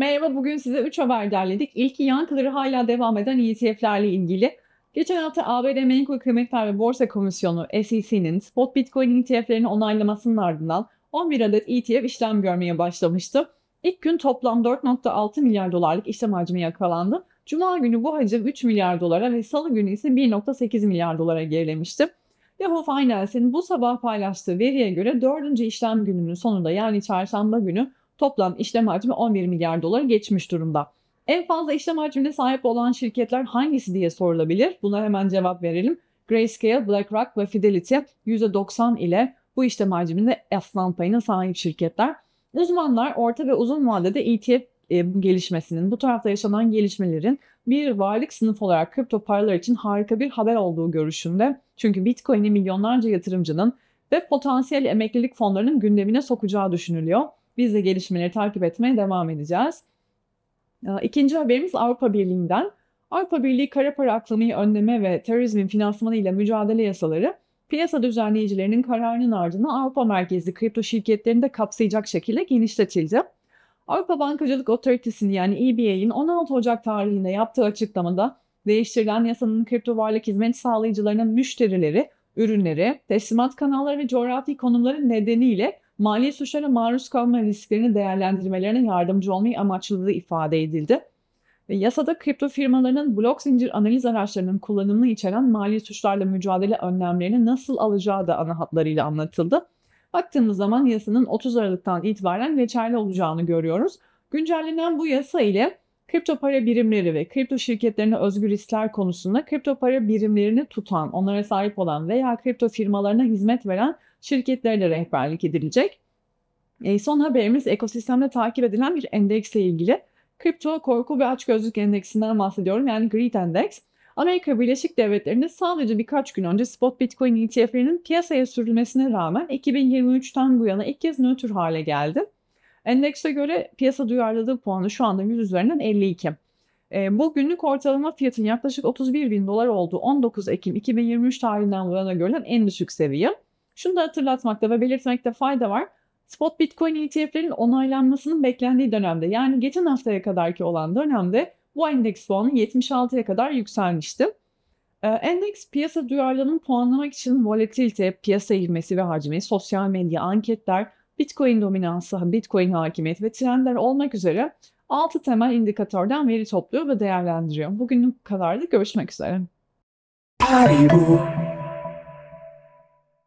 Merhaba, bugün size 3 haber derledik. İlki yankıları hala devam eden ETF'lerle ilgili. Geçen hafta ABD Menkul Kıymetler ve Borsa Komisyonu SEC'nin spot Bitcoin ETF'lerini onaylamasının ardından 11 adet ETF işlem görmeye başlamıştı. İlk gün toplam 4,6 milyar dolarlık işlem hacmi yakalandı. Cuma günü bu hacim 3 milyar dolara ve Salı günü ise 1,8 milyar dolara gerilemişti. Yahoo Finance'in bu sabah paylaştığı veriye göre 4. işlem gününün sonunda yani çarşamba günü toplam işlem hacmi 11 milyar doları geçmiş durumda. En fazla işlem hacmine sahip olan şirketler hangisi diye sorulabilir. Buna hemen cevap verelim. Grayscale, BlackRock ve Fidelity %90 ile bu işlem hacminde aslan payına sahip şirketler. Uzmanlar orta ve uzun vadede ETF gelişmesinin, bu tarafta yaşanan gelişmelerin bir varlık sınıfı olarak kripto paralar için harika bir haber olduğu görüşünde. Çünkü Bitcoin'i milyonlarca yatırımcının ve potansiyel emeklilik fonlarının gündemine sokacağı düşünülüyor. Biz de gelişmeleri takip etmeye devam edeceğiz. İkinci haberimiz Avrupa Birliği'nden. Avrupa Birliği kara para aklamayı önleme ve terörizmin finansmanı ile mücadele yasaları piyasa düzenleyicilerinin kararının ardından Avrupa merkezli kripto şirketlerini de kapsayacak şekilde genişletildi. Avrupa Bankacılık Otoritesi'nin yani EBA'in 16 Ocak tarihinde yaptığı açıklamada değiştirilen yasanın kripto varlık hizmet sağlayıcılarının müşterileri, ürünleri, teslimat kanalları ve coğrafi konumları nedeniyle mali suçlara maruz kalma risklerini değerlendirmelerine yardımcı olmayı amaçladığı ifade edildi. Ve yasada kripto firmalarının blok zincir analiz araçlarının kullanımını içeren mali suçlarla mücadele önlemlerini nasıl alacağı da ana hatlarıyla anlatıldı. Baktığımız zaman yasanın 30 Aralık'tan itibaren geçerli olacağını görüyoruz. Güncellenen bu yasa ile kripto para birimleri ve kripto şirketlerine özgü riskler konusunda kripto para birimlerini tutan, onlara sahip olan veya kripto firmalarına hizmet veren şirketlere de rehberlik edilecek. Son haberimiz ekosistemde takip edilen bir endeksle ilgili. Kripto korku ve açgözlülük endeksinden bahsediyorum, yani Greed Index. Amerika Birleşik Devletleri'nde sadece birkaç gün önce spot Bitcoin ETF'lerinin piyasaya sürülmesine rağmen 2023'ten bu yana ilk kez nötr hale geldi. Endekse göre piyasa duyarlılığı puanı şu anda 100 üzerinden 52. Bu günlük ortalama fiyatın yaklaşık 31 bin dolar olduğu 19 Ekim 2023 tarihinden bu yana görülen en düşük seviye. Şunu da hatırlatmakta ve belirtmekte fayda var. Spot Bitcoin ETF'lerin onaylanmasının beklendiği dönemde, yani geçen haftaya kadarki olan dönemde bu endeks puanı 76'ya kadar yükselmişti. Endeks piyasa duyarlılığını puanlamak için volatilite, piyasa ivmesi ve hacmi, sosyal medya, anketler, Bitcoin dominansı, Bitcoin hakimiyeti ve trendler olmak üzere 6 temel indikatörden veri topluyor ve değerlendiriyor. Bugünlük kadar da görüşmek üzere.